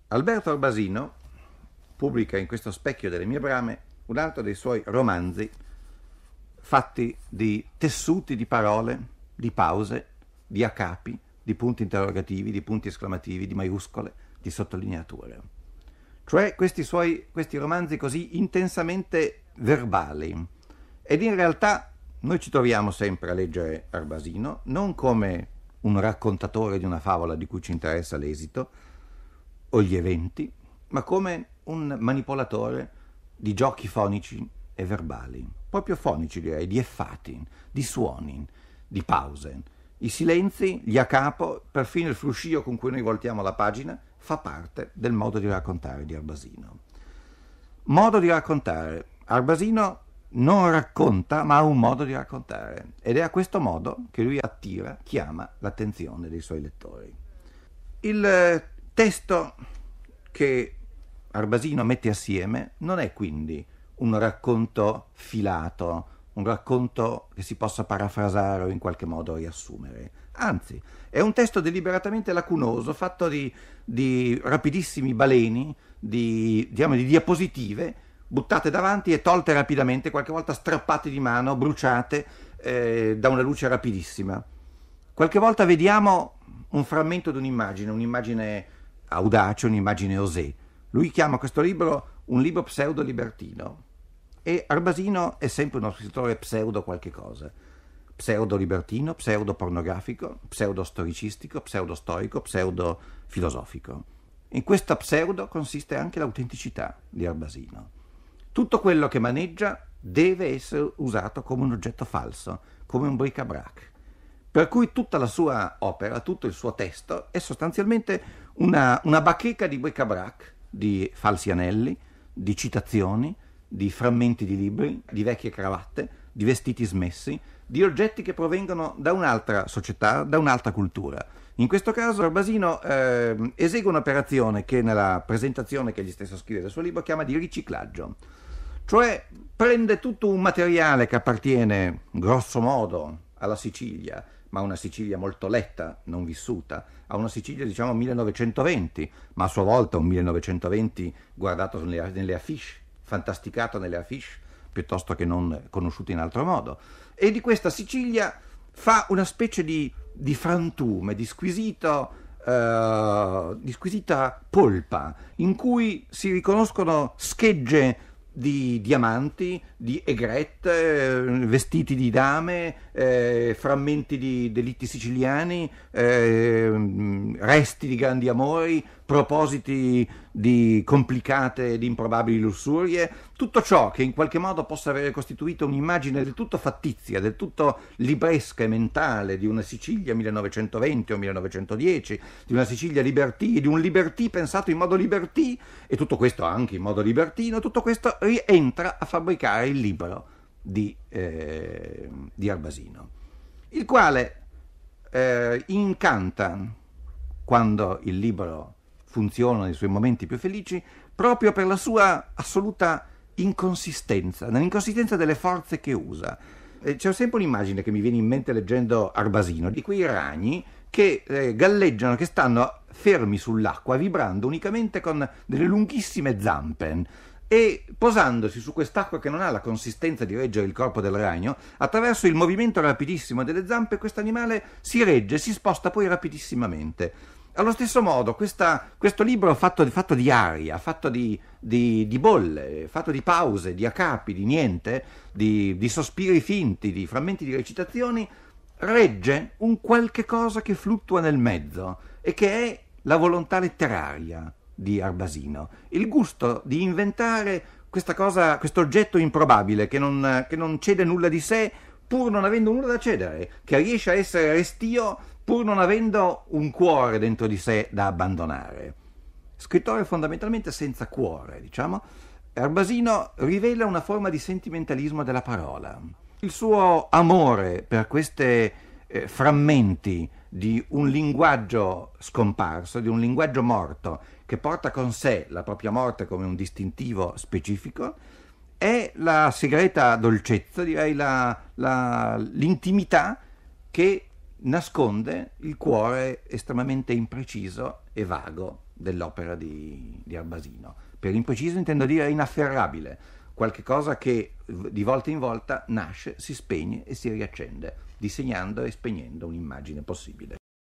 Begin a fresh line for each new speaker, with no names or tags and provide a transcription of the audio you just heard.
Alberto Arbasino pubblica in questo Specchio delle mie brame un altro dei suoi romanzi fatti di tessuti di parole, di pause, di accapi, di punti interrogativi, di punti esclamativi, di maiuscole, di sottolineature. Cioè questi romanzi così intensamente verbali. Ed in realtà noi ci troviamo sempre a leggere Arbasino non come un raccontatore di una favola di cui ci interessa l'esito o gli eventi, ma come un manipolatore di giochi fonici e verbali, proprio fonici direi, di effati, di suoni, di pause. I silenzi, gli a capo, perfino il fruscio con cui noi voltiamo la pagina fa parte del modo di raccontare di Arbasino. Modo di raccontare. Arbasino non racconta, ma ha un modo di raccontare, ed è a questo modo che lui attira, chiama l'attenzione dei suoi lettori. Il testo che Arbasino mette assieme non è quindi un racconto filato, un racconto che si possa parafrasare o in qualche modo riassumere. Anzi, è un testo deliberatamente lacunoso, fatto di rapidissimi baleni, di diapositive buttate davanti e tolte rapidamente, qualche volta strappate di mano, bruciate da una luce rapidissima. Qualche volta vediamo un frammento di un'immagine audace, un'immagine osé. Lui chiama questo libro un libro pseudo-libertino, e Arbasino è sempre uno scrittore pseudo qualche cosa. Pseudo-libertino, pseudo-pornografico, pseudo-storicistico, pseudo-storico, pseudo-filosofico. In questa pseudo consiste anche l'autenticità di Arbasino. Tutto quello che maneggia deve essere usato come un oggetto falso, come un bric-à-brac. Per cui tutta la sua opera, tutto il suo testo è sostanzialmente una bacheca di bric-à-brac, di falsi anelli, di citazioni, di frammenti di libri, di vecchie cravatte, di vestiti smessi, di oggetti che provengono da un'altra società, da un'altra cultura. In questo caso Arbasino esegue un'operazione che nella presentazione che egli stesso scrive del suo libro chiama di riciclaggio. Cioè prende tutto un materiale che appartiene grosso modo alla Sicilia, ma una Sicilia molto letta, non vissuta, a una Sicilia diciamo 1920, ma a sua volta un 1920 guardato nelle affiche, fantasticato nelle affiche, piuttosto che non conosciuto in altro modo. E di questa Sicilia fa una specie di frantume, di squisita polpa, in cui si riconoscono schegge di diamanti, di aigrette, vestiti di dame, frammenti di delitti siciliani, resti di grandi amori, propositi di complicate ed improbabili lussurie, tutto ciò che in qualche modo possa avere costituito un'immagine del tutto fattizia, del tutto libresca e mentale di una Sicilia 1920 o 1910, di una Sicilia libertì, di un libertì pensato in modo libertì, e tutto questo anche in modo libertino, tutto questo rientra a fabbricare il libro di Arbasino, il quale incanta quando il libro funziona nei suoi momenti più felici, proprio per la sua assoluta inconsistenza, nell'inconsistenza delle forze che usa. C'è sempre un'immagine che mi viene in mente leggendo Arbasino, di quei ragni che galleggiano, che stanno fermi sull'acqua, vibrando unicamente con delle lunghissime zampe, e posandosi su quest'acqua che non ha la consistenza di reggere il corpo del ragno, attraverso il movimento rapidissimo delle zampe questo animale si regge, si sposta poi rapidissimamente. Allo stesso modo questo libro fatto di aria, fatto di bolle, fatto di pause, di accapi, di niente, di sospiri finti, di frammenti di recitazioni, regge un qualche cosa che fluttua nel mezzo e che è la volontà letteraria di Arbasino, il gusto di inventare questa cosa, questo oggetto improbabile che non cede nulla di sé pur non avendo nulla da cedere, che riesce a essere restio pur non avendo un cuore dentro di sé da abbandonare. Scrittore fondamentalmente senza cuore, diciamo, Arbasino rivela una forma di sentimentalismo della parola. Il suo amore per questi frammenti di un linguaggio scomparso, di un linguaggio morto, che porta con sé la propria morte come un distintivo specifico, è la segreta dolcezza, direi l'intimità che nasconde il cuore estremamente impreciso e vago dell'opera di Arbasino. Per impreciso intendo dire inafferrabile, qualche cosa che di volta in volta nasce, si spegne e si riaccende, disegnando e spegnendo un'immagine possibile.